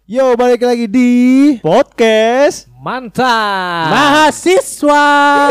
Yo, balik lagi di podcast Mantap Mahasiswa.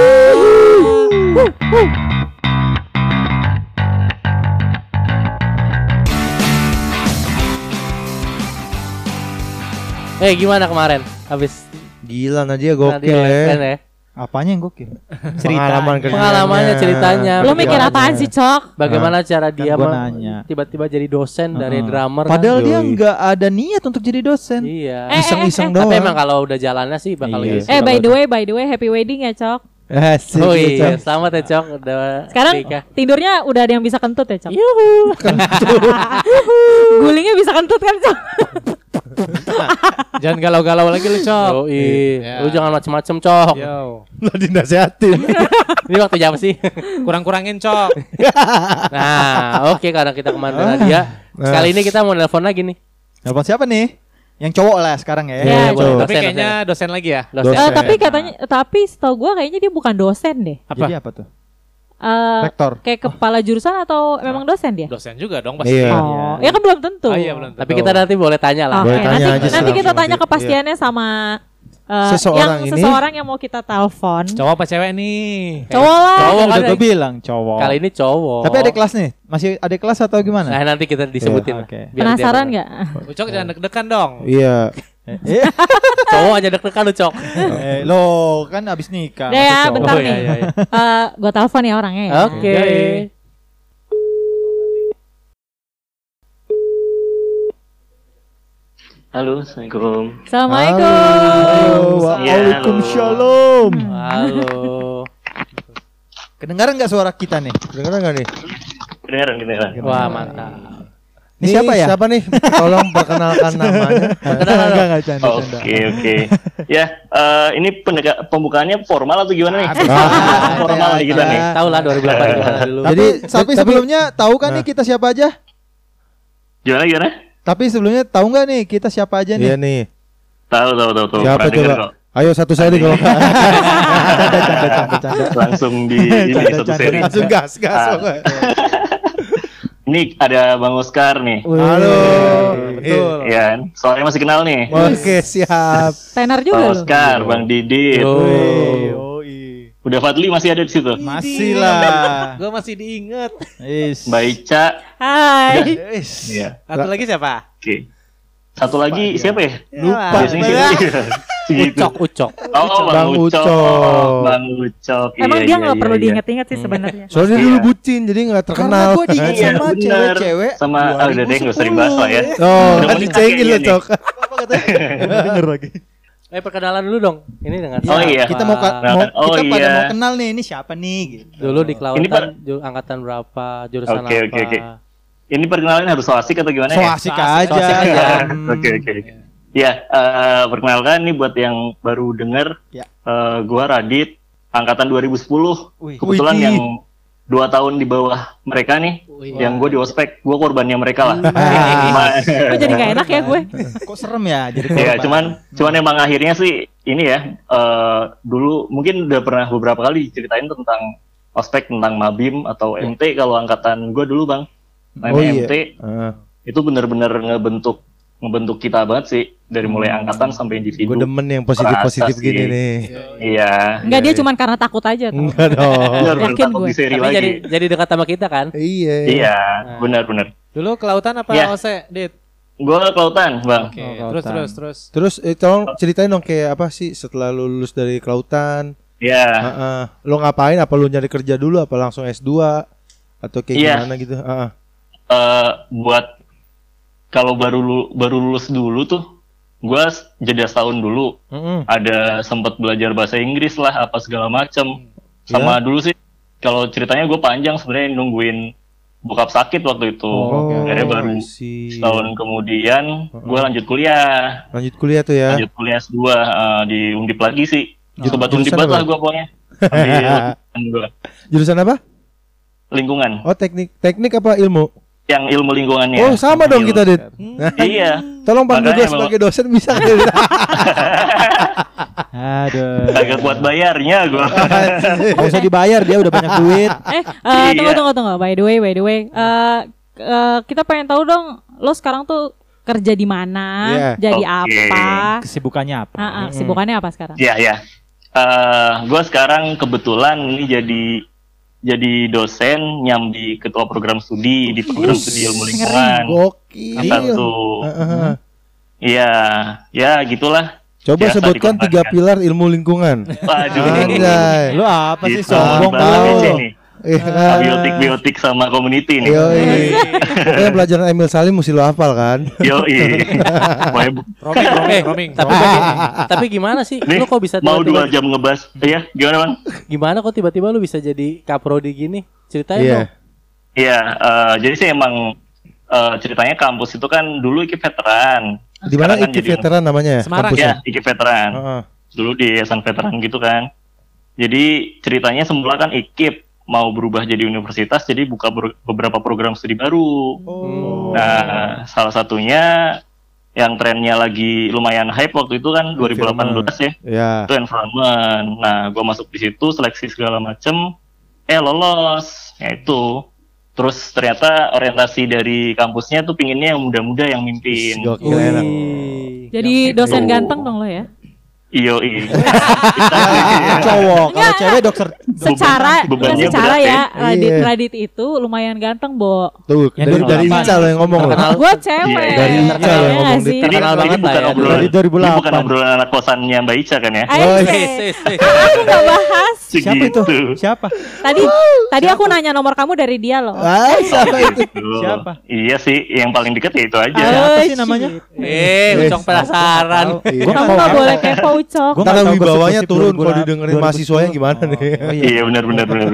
Gimana kemarin? Habis Gila Nadia gokil keren ya. ya. Apanya yang gokil? Pengalamannya, ceritanya. Lu mikir apaan sih, Cok? Bagaimana cara dia gua nanya. tiba-tiba jadi dosen dari drummer Padahal kan? dia nggak ada niat untuk jadi dosen. Iya. Iseng-iseng doang. Tapi emang kalau udah jalannya sih bakal Iya. gitu. By the way, happy wedding ya, Cok. Asik, Oh gitu. iya, selamat ya Cok udah Sekarang nikah. tidurnya udah ada yang bisa kentut ya, Cok. Yuhu. Gulingnya bisa kentut kan, Cok? Jangan galau-galau lagi lu, Cok. Oh iya. Iya. Lu jangan macem-macem Cok. Yo, Lah dinasehatin. Ini waktu jam sih. kurang-kurangin, Cok. Nah, oke karena kita kemarin dengan dia. Sekali ini kita mau nelpon lagi nih. Nelfon siapa nih? Yang cowok lah sekarang ya. Iya, boleh. Tapi kayaknya dosen lagi ya. Dosen. Tapi setahu gua kayaknya dia bukan dosen deh. Jadi apa tuh? Eh, Rektor. kayak kepala jurusan atau memang dosen dia? Dosen juga dong pasti. Iya. Oh, ya kan belum tentu. Oh, iya, belum tentu. Tapi kita nanti boleh tanya lah. Oke, Boleh tanya aja nanti kita langsung tanya nanti. kepastiannya sama Seseorang ini. yang mau kita telepon. Cowok apa cewek nih? Cowok lah. Cowok Udah kan gue bilang cowok. kali ini cowok. Tapi ada kelas nih. Masih ada kelas atau gimana? Nah nanti kita disebutin. Iya, oke. Biar Penasaran dia nggak? Ucok jangan deg-degan dong. Iya. Cowok aja deg-degan lu Cok. Lo kan abis nikah. Udah ya, masa cowok? bentar Oh, nih. iya, iya. Gue telepon ya orangnya ya. Oke. Halo, Assalamualaikum. Assalamualaikum. Waalaikumsalam. Halo. Kedengaran nggak suara kita nih? Kedengaran nggak nih? Kedengaran. Wah mantap. Ini siapa ya? Siapa nih? Tolong perkenalkan namanya. Enggak canda. Oke. Ya, ini pembukaannya formal atau gimana nih? Formal nih kita nih. Tahu lah 2008 gimana dulu. Tapi sebelumnya tahu kan nih kita siapa aja? Gimana? Tapi sebelumnya tahu nggak nih kita siapa aja Iya nih? nih. Tahu. Siapa Pernah dengar coba? kok. Ayo satu seri kalau Canda. Langsung di ini satu seri. langsung gas. Ah. Ini ada Bang Oscar nih. Halo. Betul. Ya, soalnya masih kenal nih. Oke, siap. Tenar juga Bang lu. Oscar, Bang Didit. Udah Fadli masih ada di situ. Masih lah. Gue masih diinget. Mbak Ica. Hai. Iya. Satu lagi siapa? Oke. Satu lagi siapa ya? Lupa. Biasanya segitu. Ucok. Oh, Bang Ucok. Bang Ucok. Emang Iya, dia iya, nggak iya, perlu iya. diingat-ingat sih sebenarnya. Soalnya Iya. dulu bucin jadi nggak terkenal. Karena gue diingat Iya, sama bener. cewek-cewek. Sama udah deh nggak usah dibahas lah ya. Oh, Udah kan mau dicengin nikah lo, Cok. Apa katanya? Denger lagi. Perkenalan dulu dong. Ini dengan Oh iya. Kita mau Oh, kita pada iya. mau kenal nih, ini siapa nih gitu. Dulu di Ini, kelautan angkatan berapa, jurusan Oke, apa? oke. Ini perkenalan harus so asik atau gimana So ya? asik So asik aja. Oke. Ya, perkenalkan nih buat yang baru denger. Ya. Gua Radit, angkatan 2010. Wih. Kebetulan Widih. yang 2 tahun di bawah mereka nih. Yang gue di ospek, gue korbannya mereka lah. Kok jadi nggak enak ya gue? Kok serem ya jadi Ya, korban? cuman emang akhirnya sih ini ya. Dulu mungkin udah pernah beberapa kali diceritain tentang ospek, tentang Mabim atau MT kalau angkatan gue dulu bang. Namanya MT itu bener-bener ngebentuk kita banget sih dari mulai angkatan sampai individu. Gue demen yang positif-positif Perasa gini sih. nih. Iya. Enggak, dia cuma karena takut aja tuh. Enggak dong. Bener-bener Yakin takut gue. di seri Tapi lagi. jadi dekat sama kita kan? Iya. Iya, benar-benar. Dulu kelautan apa Iya. OC, Dit? Gue kelautan bang. Oke, Kelautan. terus. Terus tolong ceritain dong kayak apa sih setelah lulus dari kelautan? Iya. Lo ngapain? Apa lo nyari kerja dulu? Apa langsung S2? Atau kayak Iya. gimana gitu? Buat kalau baru lulus dulu tuh, gue jeda setahun dulu. Ada sempat belajar bahasa Inggris lah, apa segala macam. Sama dulu sih, kalau ceritanya gue panjang sebenarnya nungguin bokap sakit waktu itu. Akhirnya baru I see. setahun kemudian gue lanjut kuliah. Lanjut kuliah tuh ya. Lanjut kuliah S2 di Undip lagi sih. Sobat Undip Jurusan banget lah apa? gue pokoknya. Ambil gua. Jurusan apa? Lingkungan. Oh, teknik apa ilmu? Yang ilmu lingkungannya. Oh, sama dong kita, Dit. Iya. Tolong panggil gue Makanya sebagai dosen bisa nggak, Dit? Aduh. Agak kuat bayarnya gue. Gak usah dibayar, dia udah banyak duit. Tunggu. By the way. Kita pengen tahu dong, lo sekarang tuh kerja di mana, Iya. jadi Oke. apa. Kesibukannya apa? Kesibukannya apa sekarang? Iya. Gue sekarang kebetulan ini jadi dosen nyambi ketua program studi di program studi ilmu lingkungan. Gokil. Satu. Heeh. Iya, ya gitulah. Coba Biasa sebutkan 3 dikorbankan. pilar ilmu lingkungan. Waduh. Anjay. Lu apa sih Gitu, sombong bahasa kau? PC nih. Iya kan? Biotik sama community nih. Yoi. Pokoknya pelajaran Emil Salim mesti lo hafal kan? Yoi. Pokoknya Roaming. Tapi gimana sih? nih, Lu kok bisa mau 2 tiba-tiba jam ngebahas. Iya, gimana Bang? gimana kok tiba-tiba lu bisa jadi kaprodi gini? Ceritain Iya. dong. Iya, jadi sih emang ceritanya kampus itu kan dulu IKIP veteran. Di mana Sekarang kan IKIP jadi- veteran namanya ya? Semarang, Kampusnya? Ya, IKIP veteran. Heeh. Dulu di yayasan veteran gitu kan. Jadi ceritanya semula kan IKIP mau berubah jadi universitas, jadi buka beberapa program studi baru. Oh. Nah, salah satunya yang trennya lagi lumayan hype waktu itu kan 2018 ya, Ya. itu environment. Nah, gua masuk di situ, seleksi segala macem, lolos, ya itu. Terus ternyata orientasi dari kampusnya tuh pinginnya yang muda-muda yang mimpin. Gokil enak. Jadi Yang dosen itu. ganteng dong lo ya? Iyo. Cowok, kalau cewek dokter. Secara bebannya secara berat ya, Radit Iya. Radit itu lumayan ganteng, Bo. Tuh, Yang dari 2008. Ica lo yang ngomong lo. Terkenal. Gua cewek. Iya, dari Ica lo yang Iya ngomong nggak di sih? Ini, Terkenal ini banget bukan lah ya. obrolan, Dari ini bukan 2008. obrolan anak kosannya Mbak Ica kan ya? Ayo, Oh, aku nggak bahas. Siapa itu? Segitu. Siapa? Tadi aku nanya nomor kamu dari dia loh. Ah, siapa itu? Gitu. Siapa? Iya sih, yang paling deket ya itu aja. Siapa Oh, sih namanya? Ucok penasaran. Iya. Gua Kamu nggak boleh kepo, Ucok. Gua Karena nggak tahu wibawanya gosip-gosip turun kalau 2008. didengerin mahasiswanya gimana nih? Oh, iya. Iya benar.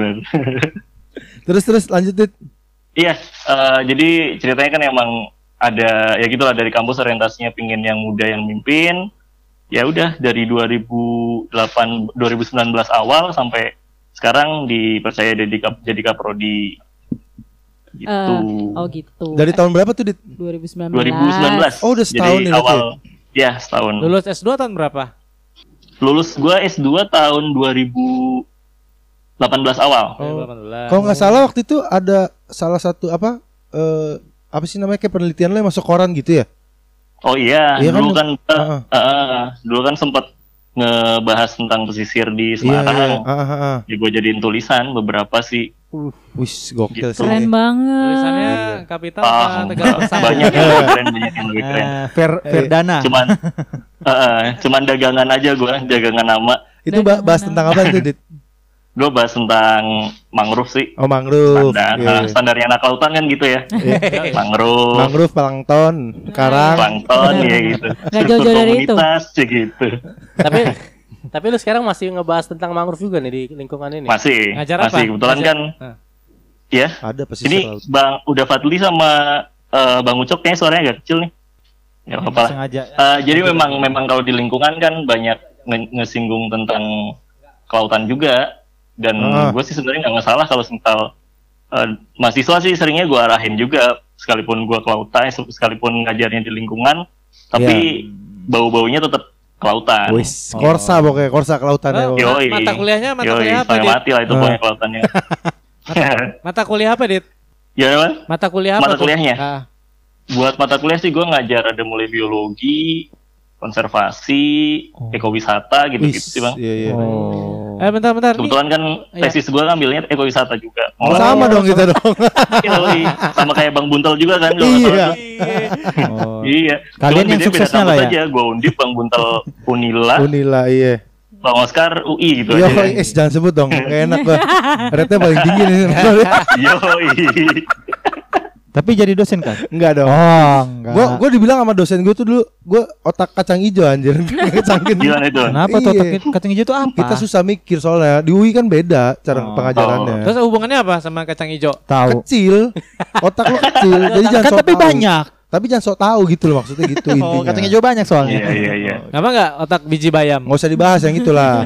Terus lanjut Dit. Iya, jadi ceritanya kan emang ada ya gitulah dari kampus orientasinya pingin yang muda yang mimpin. Ya udah dari 2019 awal sampai sekarang dipercaya jadi kaprodi gitu. Oh gitu. Dari tahun berapa tuh Dit? 2019. 2019. Oh, udah setahun jadi nih berarti awal. Ya, setahun. Lulus S2 tahun berapa? Lulus gua S2 tahun 2018 awal. Oh. 2018. Kalau nggak salah waktu itu ada salah satu apa sih namanya kayak penelitian lo yang masuk koran gitu ya? Oh iya, Iya dulu kan? kan dulu kan sempat ngebahas tentang pesisir di Iya. Semarang. Heeh. Ya gue jadiin tulisan beberapa sih. Wis gokil Gitu. sih. Keren banget. Tulisannya kapital apa Tegal Pesat? Banyak yang lebih keren, banyak yang lebih keren. Verdana. Cuman dagangan aja gue, dagangan nama. Itu bahas tentang apa tuh Dit? Gue bahas tentang mangrove sih. Oh, mangrove. Standar, Iya. standarnya anak lautan kan gitu ya. Mangrove, Mangrove, plankton, karang. plankton ya gitu. Nggak jauh-jauh dari itu. Komunitas ya gitu. Tapi lu sekarang masih ngebahas tentang mangrove juga nih di lingkungan ini. Masih, Ngajar apa? masih kebetulan Ngajar. kan. Nah. Ya, Ada pasti ini laut. Bang udah Fadli sama Bang Ucok kayaknya suaranya agak kecil nih. Ya apa lah. Sengaja. Jadi memang kalau di lingkungan kan banyak ngesinggung tentang kelautan juga. Dan gue sih sebenarnya nggak masalah kalau misal mahasiswa sih seringnya gue arahin juga, sekalipun gue kelautan, sekalipun ngajarnya di lingkungan, tapi bau-baunya tetap kelautan. Wis, korsa pokoknya, korsa kelautan ya. Oh, pokoknya. Yoi. Mata kuliahnya mata Yoi, kuliah apa, setengah Dit? mati lah itu pokoknya kelautannya. Mata kuliah apa, Dit? Gimana Bang? Mata kuliah apa? Mata kuliahnya? Ah. Buat mata kuliah sih gue ngajar ada mulai biologi, konservasi, ekowisata gitu-gitu Wis, sih Bang. iya, iya. Bentar. Nih. Kebetulan kan tesis gue ngambilnya ekowisata juga. Oh, sama dong kita dong. Yoi. Sama kayak Bang Buntel juga kan. kalau nggak salah. Oh. Iya. Kalian Cuman yang bedanya suksesnya beda lah kampus ya? aja. Gua Undip, Bang Buntel Unila, Unila, iya. Bang Oscar UI gitu Yo, aja. jangan sebut dong. Gak enak gua. Rate-nya paling tinggi nih. Yoi. Tapi jadi dosen kan? Enggak dong. Oh, enggak. Gua dibilang sama dosen gua tuh dulu, gua otak kacang hijau anjir. Saking Gimana itu? Kenapa tuh Iya. kacang hijau itu apa? kita susah mikir soalnya. Di UI kan beda cara pengajarannya. Terus hubungannya apa sama kacang hijau? tahu. Kecil. Otak lu kecil. Jadi jangan Kan sok tapi tahu. banyak. Tapi jangan sok tahu gitu loh, maksudnya gitu Oh, intinya. kacang hijau banyak soalnya. Iya. Apa enggak otak biji bayam? Nggak usah dibahas yang itulah.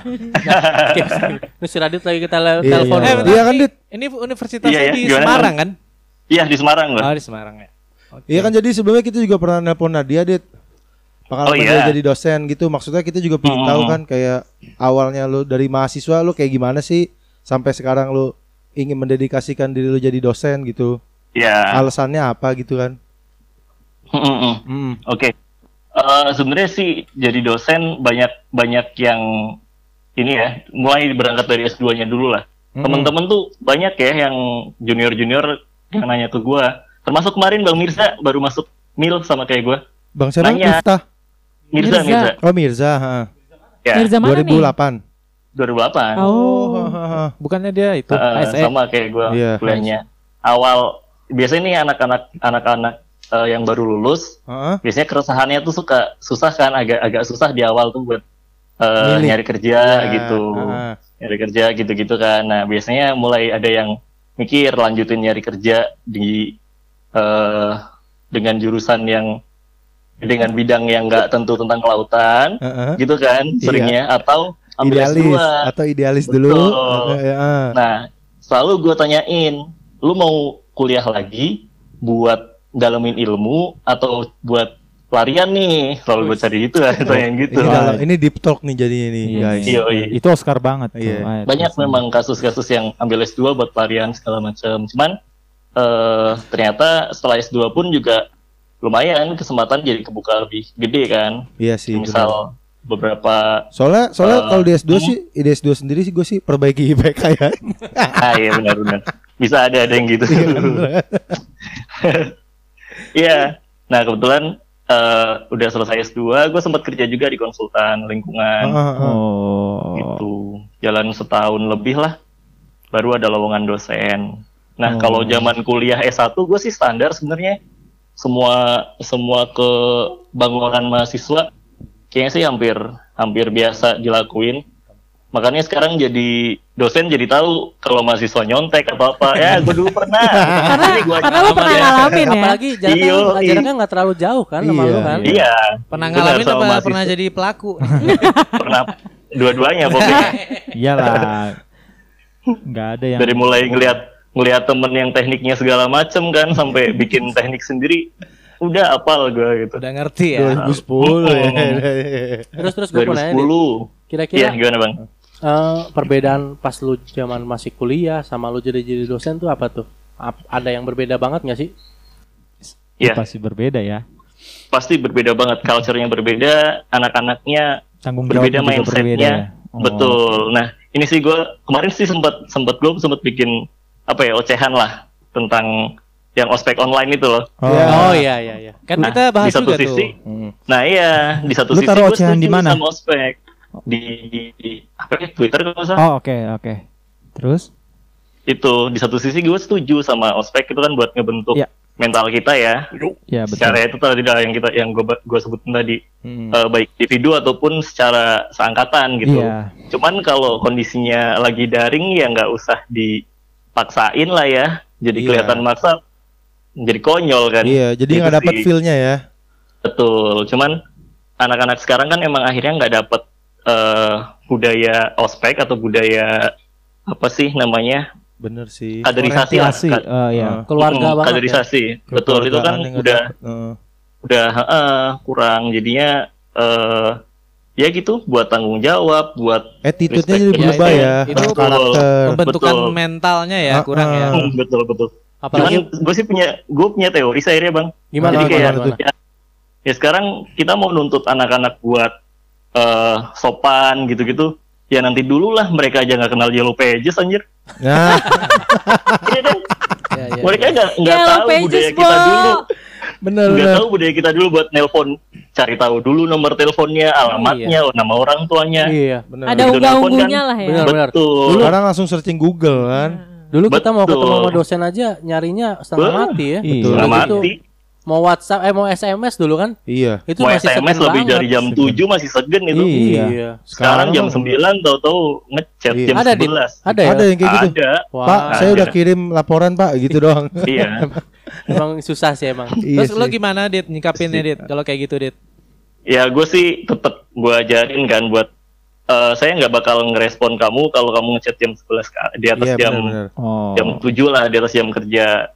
Ini si Radit lagi kita Iya, telepon. iya. bentar, Iya kan, ini- Dit? Ini universitasnya Iya, ya. di Gimana, Semarang Bang? kan? Iya di Semarang gua. Oh, di Semarang ya. Iya kan, jadi sebelumnya kita juga pernah nelpon Nadia, Dit. Pengalaman Oh, iya. dia jadi dosen gitu. Maksudnya kita juga pengen tahu kan kayak awalnya lu dari mahasiswa lu kayak gimana sih sampai sekarang lu ingin mendedikasikan diri lu jadi dosen gitu. Iya. Alasannya apa gitu kan? Oke. Sebenarnya sih jadi dosen banyak yang ini ya, mulai berangkat dari S2-nya dulu lah. Temen-temen tuh banyak ya yang junior-junior yang nanya ke gua. Termasuk kemarin Bang Mirza baru masuk MIL sama kayak gua. Bang siapa? Nanya. Miftah. Mirza. Oh Mirza, ha. Ya, Mirza mana nih? 2008. 2008. Oh. Bukannya dia itu ASE. Sama kayak gua Iya. kuliahnya. Awal biasanya nih anak-anak yang baru lulus, biasanya keresahannya tuh susah kan, agak susah di awal tuh buat nyari kerja gitu. Nyari kerja gitu-gitu kan. Nah, biasanya mulai ada yang mikir lanjutin nyari kerja di dengan jurusan yang dengan bidang yang nggak tentu tentang kelautan, gitu kan, seringnya, atau ambil idealis S2. atau idealis dulu. Nah, selalu gue tanyain, lu mau kuliah lagi buat dalemin ilmu atau buat pelarian nih? Selalu gue cari gitu kan, tanyain gitu. Ini deep talk nih jadinya nih, guys. Iya. Itu Oscar banget tuh. Iya. Banyak memang kasus-kasus yang ambil S2 buat pelarian segala macam. Cuman ternyata setelah S2 pun juga lumayan kesempatan jadi kebuka lebih gede kan. Iya sih. Misal beberapa Soalnya kalau di S2 sih, di S2 sendiri sih gue sih perbaiki IPK ya. iya benar. Bisa ada yang gitu. Iya. Nah, kebetulan udah selesai S2, gue sempat kerja juga di konsultan lingkungan. Gitu. Jalan setahun lebih lah, baru ada lowongan dosen. Nah, kalau zaman kuliah S1 gue sih standar sebenarnya. Semua kebangunan mahasiswa kayaknya sih hampir biasa dilakuin. Makanya sekarang jadi dosen jadi tahu kalau mahasiswa nyontek atau apa. Ya, gue dulu pernah. Karena lo pernah ngalamin ya. Apalagi jaraknya nggak terlalu jauh kan sama lo kan. Iya. Pernah Benar, ngalamin sama apa mahasiswa. pernah jadi pelaku? Pernah dua-duanya pokoknya. Iyalah. Nggak ada yang Dari mulai ngelihat temen yang tekniknya segala macem kan sampai bikin teknik sendiri, udah apal gue gitu. Udah ngerti ya. 2010 ya. Terus gue mau nanya nih, 2010. kira-kira Iya, gimana Bang? perbedaan pas lu zaman masih kuliah sama lu jadi dosen tuh apa tuh? Ada yang berbeda banget nggak sih? Iya, pasti berbeda ya. pasti berbeda banget, culture-nya berbeda, anak-anaknya Tanggung jawab berbeda, juga berbeda mindset-nya. ya. Betul. Nah, ini sih gue kemarin sih sempat bikin apa ya, ocehan lah tentang yang ospek online itu loh. Oh iya. Kan Nah, kita bahas di satu juga sisi, tuh. Nah iya, di satu Lu sisi taruh gue ocehan setuju di mana? sama ospek di apa ya, Twitter kalau nggak salah. Oh, oke. Terus? Itu di satu sisi gue setuju sama ospek itu kan buat ngebentuk Iya. mental kita ya. Ya, betul. Secara itu tadi yang gue sebutin tadi, baik individu ataupun secara seangkatan gitu. Iya. Cuman kalau kondisinya lagi daring ya nggak usah dipaksain lah ya. Jadi Iya. kelihatan maksa, jadi konyol kan. Iya, jadi Gitu nggak dapat sih. feel-nya ya. Betul. Cuman anak-anak sekarang kan emang akhirnya nggak dapat budaya ospek atau budaya apa sih namanya, Bener sih. kaderisasi lah. Orientasi, ya. Keluarga banget ya. Kaderisasi. Betul, itu kan Kekeluargaan yang udah nggak dapet. kurang, jadinya ya gitu, buat tanggung jawab, buat Attitude-nya respect jadi ke berubah dosen. ya. Itu Karakter. Pembentukan Betul. mentalnya ya kurang ya. Betul. Apalagi Cuman gue sih punya teori akhirnya Bang. gimana? Jadi kayak gimana? ya sekarang kita mau nuntut anak-anak buat sopan gitu-gitu, ya nanti dulu lah, mereka aja nggak kenal Yellow Pages anjir. Nah, Iya kan? Ya. Mereka nggak Yellow tahu Pages, budaya kita Bo. dulu. bener. Nggak tahu budaya kita dulu buat nelpon, cari tahu dulu nomor teleponnya, alamatnya, nama orang tuanya. Iya. Bener. Ada Begitu unggah-ungguhnya nelpon lah ya. Bener. Betul. Sekarang langsung searching Google kan. Dulu kita mau Betul. ketemu sama dosen aja nyarinya setengah Betul. mati ya. Iya. Betul. Nggak Itu mati. mau WhatsApp, mau SMS dulu kan? Iya. Itu Mau masih SMS segen lebih banget. dari jam 7 masih segen itu. Iya. Sekarang jam Sekarang 9 tahu-tahu ngechat Iya. jam Ada, Dit? 11. Ada ya? Ada yang kayak gitu. Ada. Wah, Pak, saya ada. udah kirim laporan Pak, gitu doang. Iya. emang susah sih emang. Iya Terus lo sih. gimana Dit nyikapinnya Dit kalau kayak gitu Dit? Ya gue sih tetap gue ajarin kan buat saya nggak bakal ngerespon kamu kalau kamu ngechat jam 11 di atas Iya, jam benar-benar. Oh. jam 7 lah, di atas jam kerja.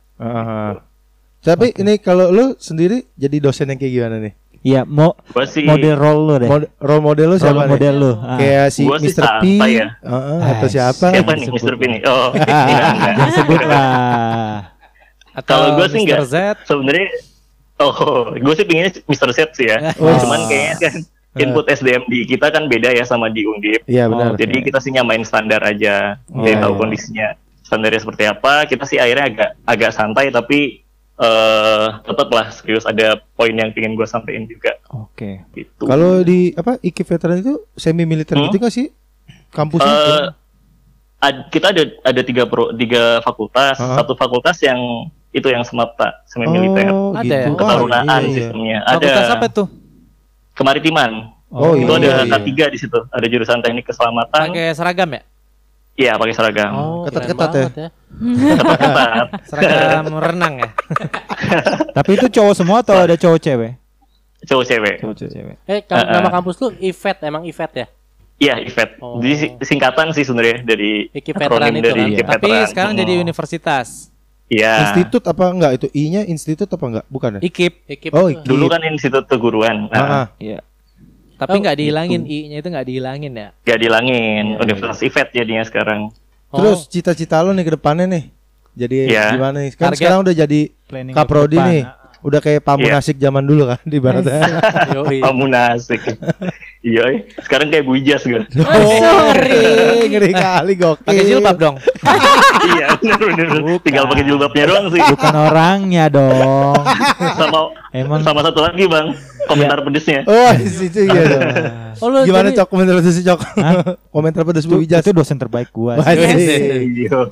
Tapi ini kalau lu sendiri jadi dosen yang kayak gimana nih? Iya, Gue sih model role lu deh. Role model lu siapa Role nih? model lu. Kayak si Gua sih Mr. P santai ya. atau siapa? siapa nih disebut. Mr. P nih? Oh, enggak. Jangan sebut lah. Atau Kalau gua sih Mr. enggak. Z? Sebenarnya Oh, gue sih pinginnya Mr. Set sih ya. Oh. Cuman kayaknya kan input SDM di kita kan beda ya sama di Undip. Iya benar. Jadi kita sih nyamain standar aja. Jadi tahu kondisinya standarnya seperti apa. Kita sih akhirnya agak santai tapi tetap lah serius ada poin yang pingin gue sampein juga. Oke. Gitu. Kalau di IKIP veteran itu semi militer gitu nggak sih kampusnya? Kita ada tiga fakultas. Satu fakultas yang itu yang semata semi militer. Oh, Ada gitu. ya? Ketarunaan Iya. sistemnya. Fakultas Ada apa tuh? kemaritiman. Oh, Itu iya. ada K3 di situ. Ada jurusan teknik keselamatan. Pakai seragam ya? Iya, pakai seragam. Oh, Ketat-ketat keren banget ya. Ketat. Seragam renang ya? Tapi itu cowok semua atau ada cowok cewek? Cowok cewek. Cowok cewek. Nama kampus lu IVET, emang IVET ya? Iya, IVET. Oh. Jadi singkatan sih sebenarnya dari IKIP veteran akronim itu dari kan? IKIP Tapi veteran. sekarang jadi universitas. Iya. Institut apa enggak itu? I-nya institut apa enggak? Bukan ya? IKIP. IKIP Oh, itu. IKIP. Dulu kan institut keguruan. Nah, Iya. Tapi nggak gitu. dihilangin I-nya itu nggak dihilangin ya? gak dilangin. Universitas IVET jadinya sekarang. Terus cita-cita lo nih ke depannya nih. Jadi Iya. gimana nih? Kan Target. sekarang udah jadi Planning kaprodi ke depan. nih. Udah kayak Pamunasik zaman dulu kan di baratnya. Yoi. Pamunasik. Iya, sekarang kayak Bu Ijas gue. Sorry, ngeri kali gokil. Pakai jilbab dong. Iya, bener. Tinggal pakai jilbabnya doang sih. Bukan orangnya dong. Sama satu lagi, Bang. Komentar pedesnya. Oh, di situ iya dong. Oh, lu Gimana jadi- Cok komentar pedes Cok? Komentar pedes Bu Wijaz. Itu dosen terbaik gua. Wah, sih. sih. Iya.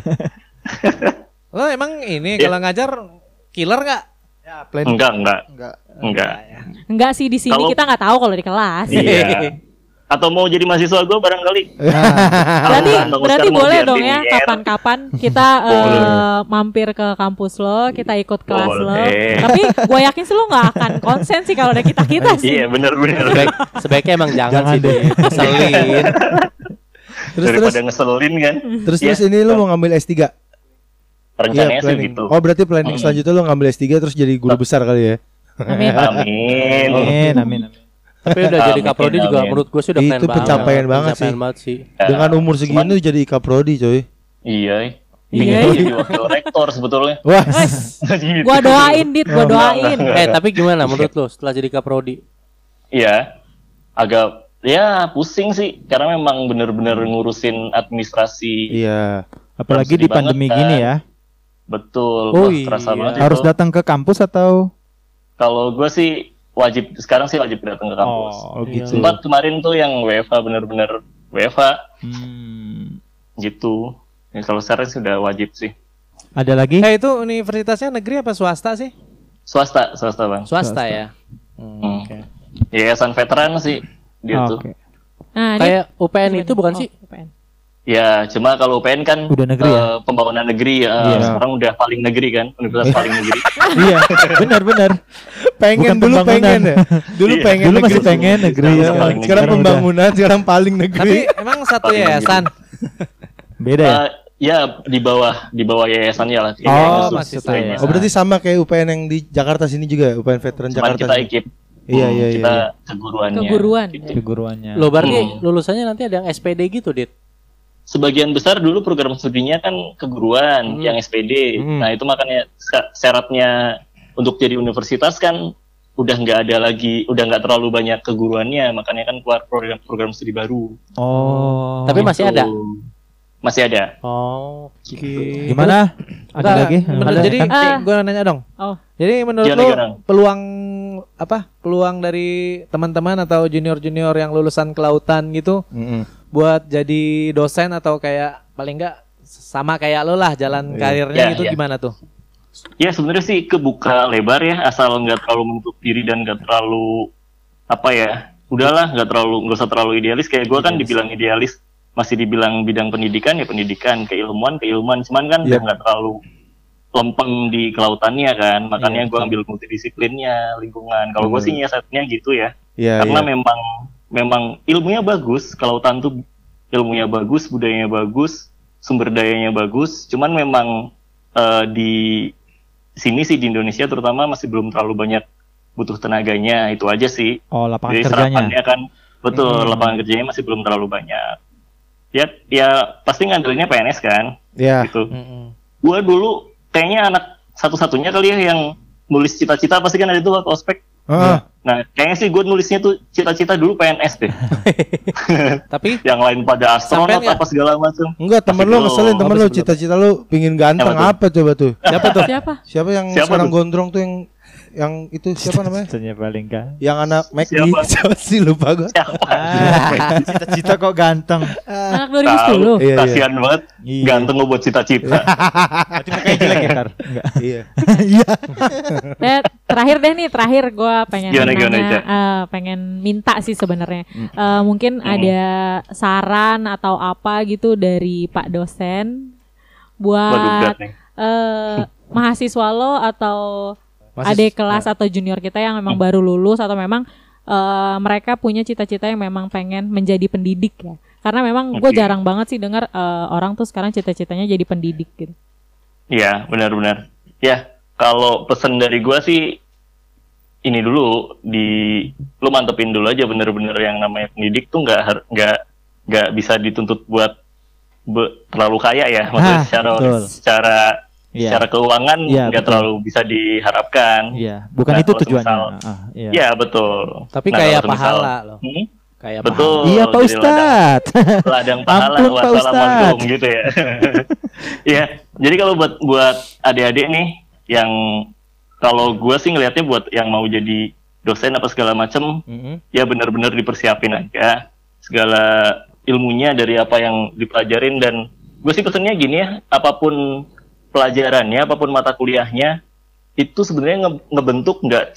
Lo emang ini Iya. kalau ngajar killer nggak? Ya, planning. Enggak. Enggak. Enggak sih di sini Kalau- kita nggak tahu kalau di kelas. Iya. Atau mau jadi mahasiswa gue barangkali. Berarti Bang Oscar berarti mau boleh jadi dong ya engineer. kapan-kapan kita Boleh. mampir ke kampus lo, kita ikut kelas lo. Boleh. Tapi gue yakin sih lo nggak akan konsen sih kalau ada kita sih. Iya, bener-bener. Sebaiknya emang jangan sih deh. deh. Keselin. Terus Daripada ngeselin kan. terus Iya. ini lu mau ngambil S3? Rencananya sih planning. gitu. Oh, berarti planning selanjutnya lu ngambil S3 terus jadi guru besar kali ya. Amin. Amin. Amin. Tapi udah jadi Amin, kaprodi juga amin. menurut gue sih udah Itu keren banget. pencapaian banget sih. Pencapaian banget sih. Dengan umur segini jadi kaprodi, coy. Iya. Iya. Jadi wakil rektor sebetulnya. Wah. Gua doain Dit, gua doain. Tapi gimana menurut lo setelah jadi kaprodi? Iya. Agak ya pusing sih karena memang bener-bener ngurusin administrasi. Iya. Apalagi di Sedih pandemi banget, gini kan. ya. Betul. Oh, Wah, terasa iya. banget Harus itu. datang ke kampus atau Kalau gue sih wajib sekarang sih wajib datang ke kampus. Oh, gitu. Sempat kemarin tuh yang WFH bener-bener WFH gitu. Ya, kalau sekarang sudah wajib sih. Ada lagi? Itu universitasnya negeri apa swasta sih? Swasta Bang. Swasta ya. Hmm. Yayasan veteran sih dia tuh. Oke. Nah, Dit, Kayak UPN itu bukan sih? UPN. Ya, cuma kalau UPN kan Udah negeri ya? pembangunan negeri ya. Iya. Sekarang udah paling negeri kan, universitas paling negeri. Iya, benar-benar. Pengen Bukan dulu pembangunan. pengen ya. Dulu Iya. pengen Dulu masih negeri. pengen negeri. Sekarang ya. paling negeri. Sekarang udah. pembangunan, sekarang paling negeri. Tapi emang satu Paling yayasan. Beda ya? Ya di bawah yayasannya lah. Oh, Khusus masih kayaknya. yayasan. Oh, berarti sama kayak UPN yang di Jakarta sini juga, UPN veteran Cuman Jakarta. kita sini. ekip. Iya, iya, iya, Kita iya. keguruannya. Keguruan. Gitu. Keguruannya. Lo berarti lulusannya nanti ada yang SPD gitu, Dit? Sebagian besar dulu program studinya kan keguruan, yang SPD. Nah itu makanya syaratnya untuk jadi universitas kan udah nggak ada lagi, udah nggak terlalu banyak keguruannya, makanya kan keluar program studi baru. Oh. Tapi masih ada? Masih ada. Oh, Gimana? Ada Enggak, lagi? menurut- Ada jadi kan? gue nanya dong. Oh. Jadi menurut Gimana, lo gimana? peluang dari teman-teman atau junior-junior yang lulusan kelautan gitu buat jadi dosen atau kayak paling enggak sama kayak lo lah jalan karirnya Iya, gitu iya. gimana tuh? Ya sebenarnya sih kebuka lebar ya, asal nggak terlalu menutup diri dan nggak terlalu apa ya, udahlah nggak usah terlalu idealis. Kayak gue kan dibilang idealis, masih dibilang bidang pendidikan ya pendidikan, keilmuan, cuman kan udah nggak terlalu lempeng di kelautannya kan, makanya gue ambil multidisiplinnya, lingkungan. Kalau gue sih nyiasatnya gitu ya, Iya, karena iya. memang ilmunya bagus, kelautan tuh ilmunya bagus, budayanya bagus, sumber dayanya bagus, cuman memang di sini sih di Indonesia terutama masih belum terlalu banyak butuh tenaganya, itu aja sih. Oh, lapangan Jadi kerjanya. serapannya kan betul, lapangan kerjanya masih belum terlalu banyak. Ya pasti ngandelinnya PNS kan, Iya. gitu. Gua dulu kayaknya anak satu-satunya kali ya yang nulis cita-cita pasti kan ada tuh waktu ospek. Nah, kayaknya sih gue nulisnya tuh cita-cita dulu PNS deh. Tapi Yang lain pada astronot Sampai nggak? apa segala macam. Enggak, temen lu ngeselin temen lu, cita-cita lu pingin ganteng Apa tuh? apa coba tuh? siapa tuh? Siapa? Siapa yang Siapa sekarang tuh? gondrong tuh yang itu siapa namanya? Cita-citanya paling kan. Yang anak McD. Siapa? Siapa sih lupa gua. Cita-cita kok ganteng. Anak Tahu, 2010. Iya, kasihan banget. Iya. Ganteng lo buat cita-cita. Berarti makanya jelek ya, Kar? Enggak. Iya. Terakhir deh nih, terakhir gue pengen Gimana, nanya, Ica? pengen minta sih sebenarnya. Mungkin ada saran atau apa gitu dari Pak dosen Waduh, berat buat nih. mahasiswa lo atau adik kelas atau junior kita yang memang baru lulus atau memang mereka punya cita-cita yang memang pengen menjadi pendidik ya. Karena memang gue Oke. jarang banget sih dengar orang tuh sekarang cita-citanya jadi pendidik gitu. Iya, benar-benar. Ya, kalau pesan dari gua sih ini dulu lu mantepin dulu aja bener-bener yang namanya pendidik tuh nggak bisa dituntut buat terlalu kaya ya, maksudnya betul. secara Iya. secara keuangan Iya, nggak betul. terlalu bisa diharapkan. Iya, bukan Nah, itu kalau tujuannya. semisal- Iya. Iya, betul. Tapi Nah, kayak kalau semisal- pahala loh. Kayak Betul. Iya, Pak jadi Ustadz. ladang pahala Ampun, Pak wassalamualaikum Ustadz. gitu ya. Iya, jadi kalau buat adik-adik nih yang kalau gue sih ngelihatnya buat yang mau jadi dosen apa segala macem, ya benar-benar dipersiapin aja segala ilmunya dari apa yang dipelajarin. Dan gue sih pesennya gini ya, apapun pelajarannya, apapun mata kuliahnya itu sebenarnya ngebentuk nggak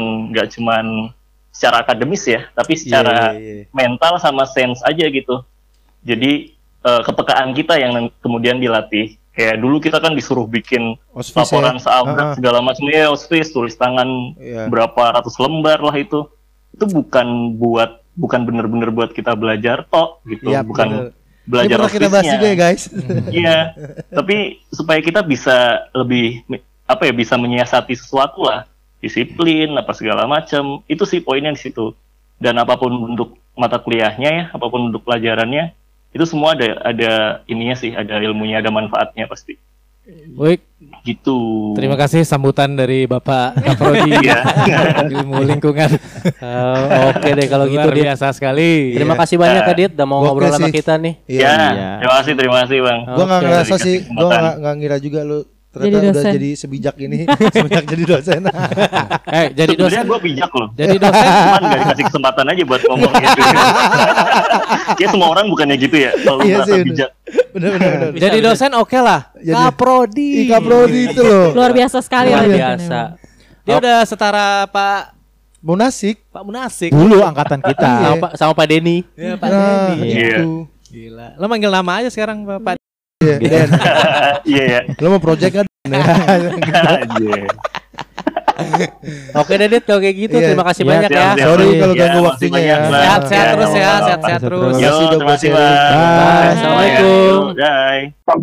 cuman secara akademis ya, tapi secara mental sama sense aja gitu. Jadi kepekaan kita yang kemudian dilatih. Kayak dulu kita kan disuruh bikin Ospis laporan ya. seabrak segala macamnya, ospis, tulis tangan Iya. berapa ratus lembar lah itu. Itu bukan bener-bener buat kita belajar tok gitu, Iya, bukan bener. Ini belajar pernah kita bahas ospesnya. juga ya guys. Iya, tapi supaya kita bisa lebih bisa menyiasati sesuatu lah, disiplin apa segala macam, itu sih poinnya di situ. Dan apapun bentuk mata kuliahnya ya, apapun bentuk pelajarannya, itu semua ada ininya sih, ada ilmunya, ada manfaatnya pasti. Baik, Gitu. terima kasih sambutan dari Bapak Kaprodi Iya. ilmu lingkungan. Oke deh kalau gitu biasa sekali. Terima kasih banyak Adit udah mau Gokil ngobrol sama sih. kita nih. Iya. Ya, terima kasih Bang. Gua nggak Oke. ngerasa Dikasih sih, gua kesempatan. nggak ngira juga lu Jadi ternyata udah dosen. jadi sebijak ini, semenjak jadi dosen. Jadi dosen. Sebenarnya gue bijak loh. Jadi dosen. Cuman gak dikasih kesempatan aja buat ngomong gitu. Ya semua orang bukannya gitu ya, kalau Iya merasa sih, bener. bijak. Bener. Jadi dosen oke lah. Jadi- Kaprodi. Ika Prodi itu loh. Luar biasa sekali Luar Radit ini biasa. memang. Dia udah setara Munasik. Pak Munasik. Dulu angkatan kita. Iya. Sama Pak Denny. Ya, Pak Nah, Denny. Iya. itu. Gila. Lo manggil nama aja sekarang Pak. Iya, Den. Iya ya. Lo mau project kan? Anjir. Oke deh Dit, kalau kayak gitu Iya. terima kasih Iya, banyak ya. siap. Sorry Iya, kalau ganggu makasih waktunya banyak, ya. Bang. Sehat-sehat Ya, terus ya, sama-sama. sehat-sehat terus. Terima Yo, kasih, terima kasih Dok. Bang. Bye. Assalamualaikum. Bye.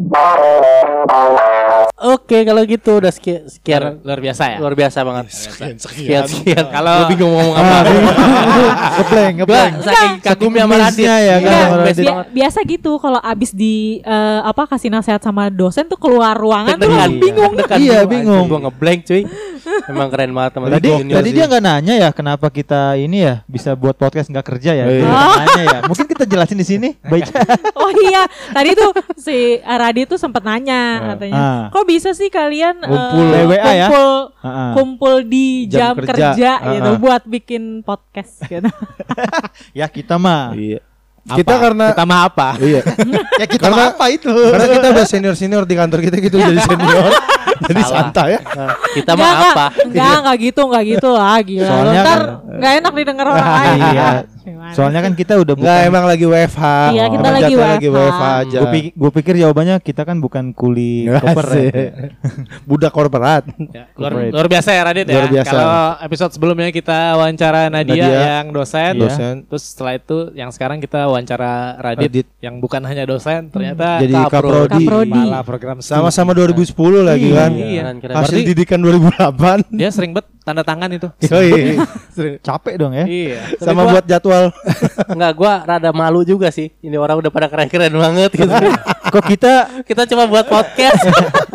Oke kalau gitu udah sekian Luar biasa ya. luar biasa banget. Sekian. Kalau bingung ngomong apa. Ngepleng, Gua ngepleng. saking kagumnya sama Radit. Miss-nya ya kan Enggak, sama Radit. biasa gitu kalau abis di kasih nasihat sama dosen tuh keluar ruangan tuh Deg-degan. bingung. Iya, bingung. Gue ngeblank cuy. Emang keren banget teman Tadi junior tadi sih. dia nggak nanya ya kenapa kita ini ya bisa buat podcast nggak kerja ya? Dia iya. nggak nanya ya. Mungkin kita jelasin di sini. Baik. Oh iya, tadi tuh si Radit tuh sempat nanya katanya, Ah. kok bisa sih kalian Kumpul WA ya? kumpul di Jam jam kerja. kerja gitu Ah. buat bikin podcast gitu. Ya kita mah. Iya. Kita karena Kita mah apa? iya. Ya kita Karena- mah apa itu? Karena kita udah senior di kantor kita gitu jadi senior. Jadi Salah. santai ya. Kita mah apa? Enggak gitu lah gila. Soalnya Ntar kan- nggak enak didengar orang lain. Iya. Gimana? Soalnya kan kita udah Enggak, bukan. emang lagi WFH. Iya, kita Emang lagi jadwal WFH aja. Gue pikir jawabannya kita kan bukan kuli koper. Asik. Budak korporat. Ya, luar biasa ya Radit ya. Luar biasa. Kalau episode sebelumnya kita wawancara Nadia, Nadia. yang dosen, Dosen. terus setelah itu yang sekarang kita wawancara Radit, Radit. yang bukan hanya dosen, ternyata Jadi Kaprodi. Kepala program studi. Sama-sama 2010 lagi kan. Iya. Keren. Hasil Berarti- didikan 2008. Dia sering bet tanda tangan itu. Yoi. Capek dong ya. Iya. Sama buat jadwal. Enggak, gua rada malu juga sih. Ini orang udah pada keren-keren banget gitu. Kok kita Kita cuma buat podcast.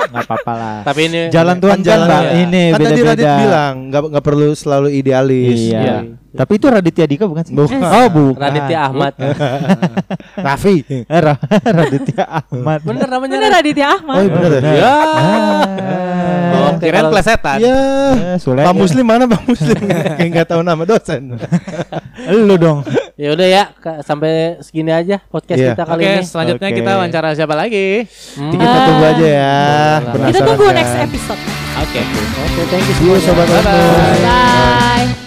Nggak apa-apa lah. Tapi ini Jalan Tuhan kan jalan Mbak, ya. ini Kan tadi Radit beda-beda. bilang nggak perlu selalu idealis. Iya. Tapi itu Raditya Dika bukan sih? Bukan. Oh, bukan. Raditya Ahmad. Raffi. Raditya Ahmad. Bener namanya. Bener Raditya Ahmad. Oh iya bener ya? Ya. Oh, kirain kalau- plesetan. Ya. Sule. Pak Muslim mana Pak Muslim? Kayak nggak tahu nama dosen. Lu dong. Ya udah ya, sampai segini aja podcast Iya. kita kali Oke, ini. selanjutnya Oke. kita wawancara siapa lagi? Kita tunggu aja ya. Kita Penasaran tunggu kan? next episode. Oke. Oke, thank you See you semuanya. sobat Bye-bye. Wisnu. Bye.